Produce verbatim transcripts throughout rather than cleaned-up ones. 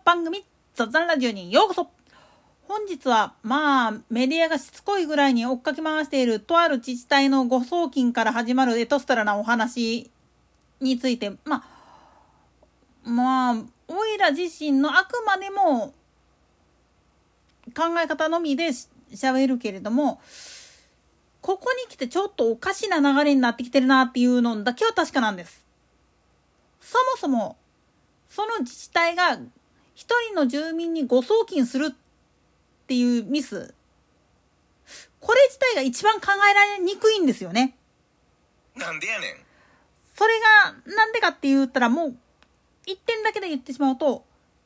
番組雑談ラジオにようこそ。本日はまあメディアがしつこいぐらいに追っかけ回しているとある自治体の誤送金から始まるエトストラなお話について、まあまあおいら自身のあくまでも考え方のみで喋るけれども、ここに来てちょっとおかしな流れになってきてるなっていうのだけは確かなんです。そもそもその自治体が一人の住民に誤送金するっていうミス、これ自体が一番考えられにくいんですよね。 なんでやねん。 それがなんでかって言ったら、もう一点だけで言ってしまうと、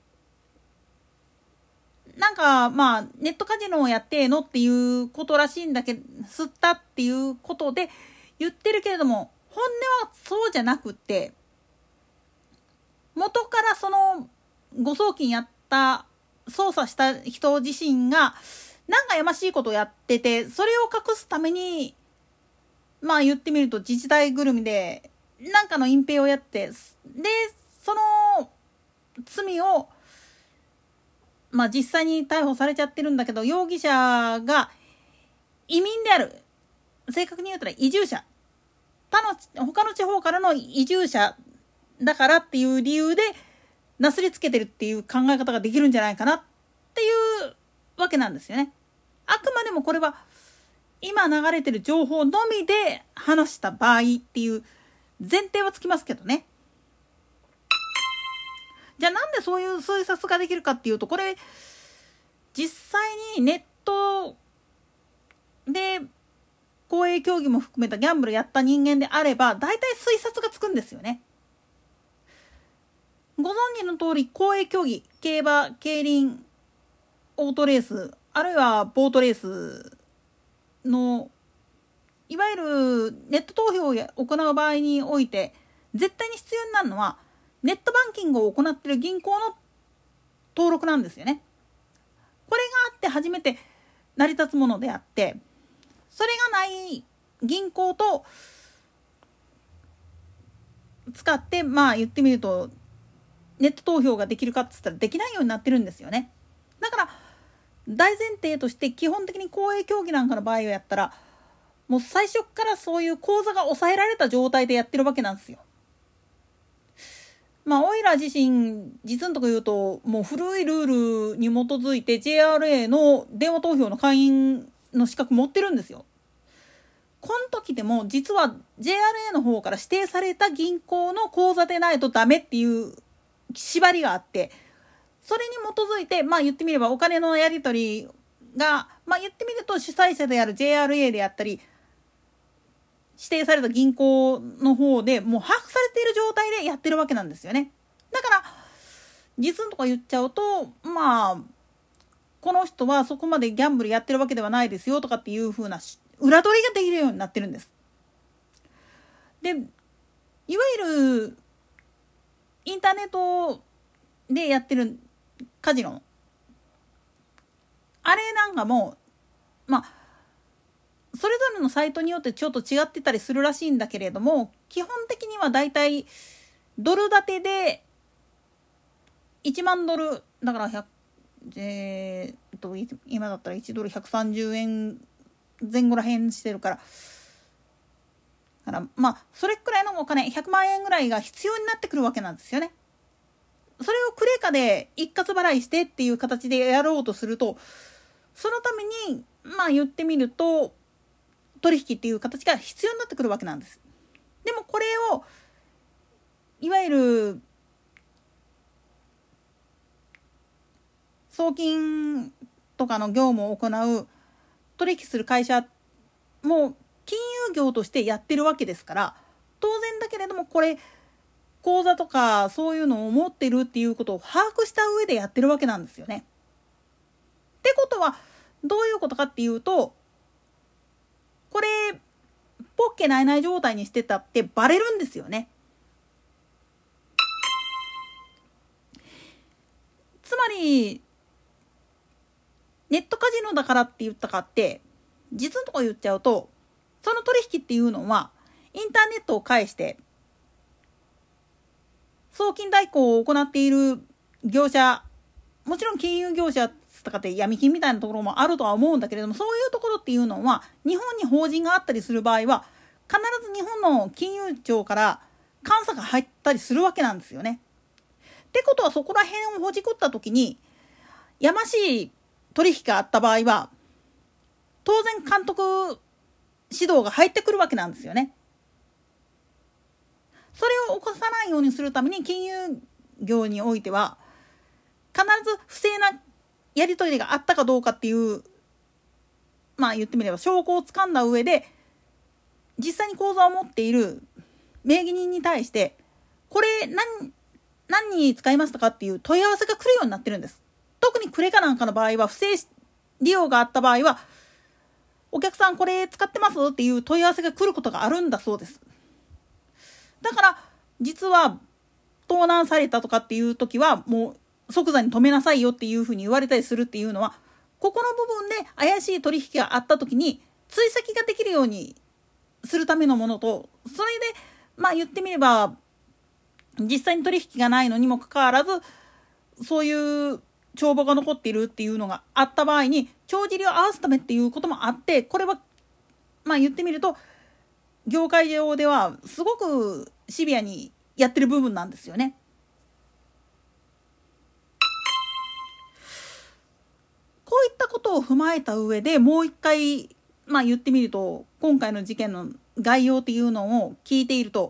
なんかまあネットカジノをやってえのっていうことらしいんだけど、吸ったっていうことで言ってるけれども、本音はそうじゃなくって、元からその誤送金やった操作した人自身がなんかやましいことをやってて、それを隠すためにまあ言ってみると自治体ぐるみでなんかの隠蔽をやって、でその罪をまあ実際に逮捕されちゃってるんだけど、容疑者が移民である、正確に言うたら移住者、他の他の地方からの移住者だからっていう理由でなすりつけてるっていう考え方ができるんじゃないかなっていうわけなんですよね。あくまでもこれは今流れてる情報のみで話した場合っていう前提はつきますけどね。じゃあなんでそういう推察ができるかっていうと、これ実際にネットで公営競技も含めたギャンブルやった人間であれば大体推察がつくんですよね。ご存知の通り、公営競技、競馬、競輪、オートレース、あるいはボートレースのいわゆるネット投票を行う場合において絶対に必要になるのはネットバンキングを行っている銀行の登録なんですよね。これがあって初めて成り立つものであって、それがない銀行と使ってまあ言ってみるとネット投票ができるかって言ったらできないようになってるんですよね。だから大前提として基本的に公営競技なんかの場合をやったらもう最初からそういう口座が抑えられた状態でやってるわけなんですよ。まあオイラ自身実のとこ言うともう古いルールに基づいて ジェイアールエー の電話投票の会員の資格持ってるんですよ。この時でも実は ジェイアールエー の方から指定された銀行の口座でないとダメっていう縛りがあって、それに基づいてまあ言ってみればお金のやり取りがまあ言ってみると主催者である ジェイアールエー であったり指定された銀行の方でもう把握されている状態でやってるわけなんですよね。だから実のとこ言っちゃうと、まあこの人はそこまでギャンブルやってるわけではないですよとかっていう風な裏取りができるようになってるんです。でいわゆるインターネットでやってるカジノ、あれなんかもまあそれぞれのサイトによってちょっと違ってたりするらしいんだけれども、基本的にはだいたいドル建てでいちまんドルだからひゃく、えー、と今だったらいちドルひゃくさんじゅうえん前後らへんしてるから、だからまあそれくらいのお金ひゃくまんえんぐらいが必要になってくるわけなんですよね。それをクレカで一括払いしてっていう形でやろうとすると、そのためにまあ言ってみると取引っていう形が必要になってくるわけなんです。でもこれをいわゆる送金とかの業務を行う取引する会社も金融業としてやってるわけですから、当然だけれどもこれ口座とかそういうのを持ってるっていうことを把握した上でやってるわけなんですよね。ってことはどういうことかっていうと、これポッケないない状態にしてたってバレるんですよね。つまりネットカジノだからって言ったかって実のところ言っちゃうと、その取引っていうのはインターネットを介して送金代行を行っている業者もちろん金融業者とかって闇金みたいなところもあるとは思うんだけれども、そういうところっていうのは日本に法人があったりする場合は必ず日本の金融庁から監査が入ったりするわけなんですよね。ってことはそこら辺をほじくった時にやましい取引があった場合は当然監督指導が入ってくるわけなんですよね。それを起こさないようにするために金融業においては必ず不正なやり取りがあったかどうかっていうまあ言ってみれば証拠をつかんだ上で実際に口座を持っている名義人に対してこれ何何に使いましたかっていう問い合わせが来るようになってるんです。特にクレカなんかの場合は不正利用があった場合はお客さんこれ使ってますっていう問い合わせが来ることがあるんだそうです。だから実は盗難されたとかっていう時はもう即座に止めなさいよっていうふうに言われたりするっていうのはここの部分で怪しい取引があった時に追跡ができるようにするためのものと、それでまあ言ってみれば実際に取引がないのにもかかわらずそういう帳簿が残っているっていうのがあった場合に帳尻を合わすためっていうこともあって、これはまあ言ってみると業界上ではすごくシビアにやってる部分なんですよね。こういったことを踏まえた上でもう一回まあ言ってみると今回の事件の概要っていうのを聞いていると、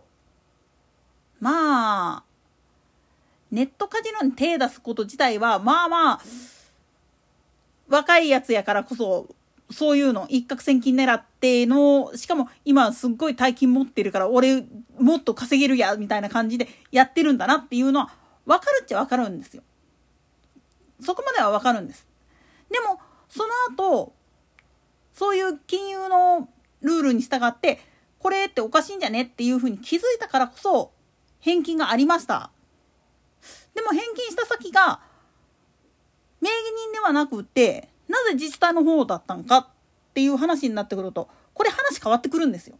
まあネットカジノに手出すこと自体はまあまあ若いやつやからこそそういうの一攫千金狙っての、しかも今すっごい大金持ってるから俺もっと稼げるやみたいな感じでやってるんだなっていうのは分かるっちゃ分かるんですよ。そこまでは分かるんです。でもその後そういう金融のルールに従ってこれっておかしいんじゃねっていうふうに気づいたからこそ返金がありました。でも返金した先が名義人ではなくてなぜ自治体の方だったのかっていう話になってくるとこれ話変わってくるんですよ。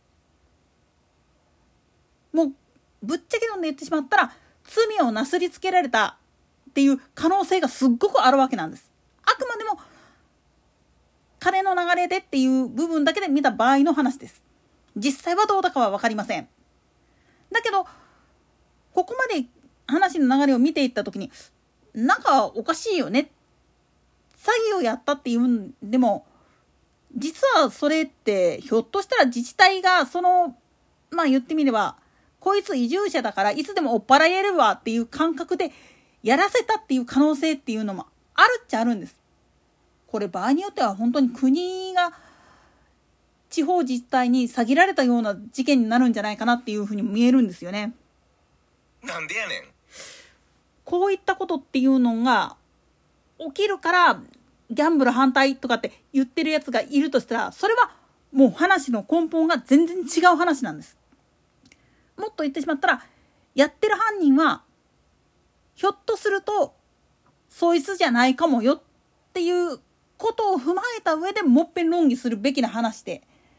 もうぶっちゃけ飲んで言ってしまったら罪をなすりつけられたっていう可能性がすっごくあるわけなんです。あくまでも金の流れでっていう部分だけで見た場合の話です。実際はどうだかは分かりません。だけどここまで話の流れを見ていった時になんかおかしいよね、詐欺をやったっていうんでも実はそれってひょっとしたら自治体がそのまあ言ってみればこいつ移住者だからいつでも追っ払えるわっていう感覚でやらせたっていう可能性っていうのもあるっちゃあるんです。これ場合によっては本当に国が地方自治体に詐欺られたような事件になるんじゃないかなっていうふうに見えるんですよね。 なんでやねん。 こういったことっていうのが起きるからギャンブル反対とかって言ってるやつがいるとしたらそれはもう話の根本が全然違う話なんです。もっと言ってしまったらやってる犯人はひょっとするとそいつじゃないかもよっていうことを踏まえた上でもっぺん論議するべきな話で、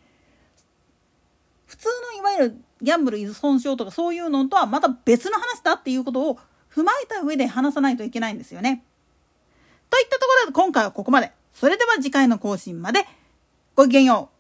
普通のいわゆるギャンブル依存症とかそういうのとはまた別の話だっていうことを踏まえた上で話さないといけないんですよね。といったところで今回はここまで。それでは次回の更新までごきげんよう。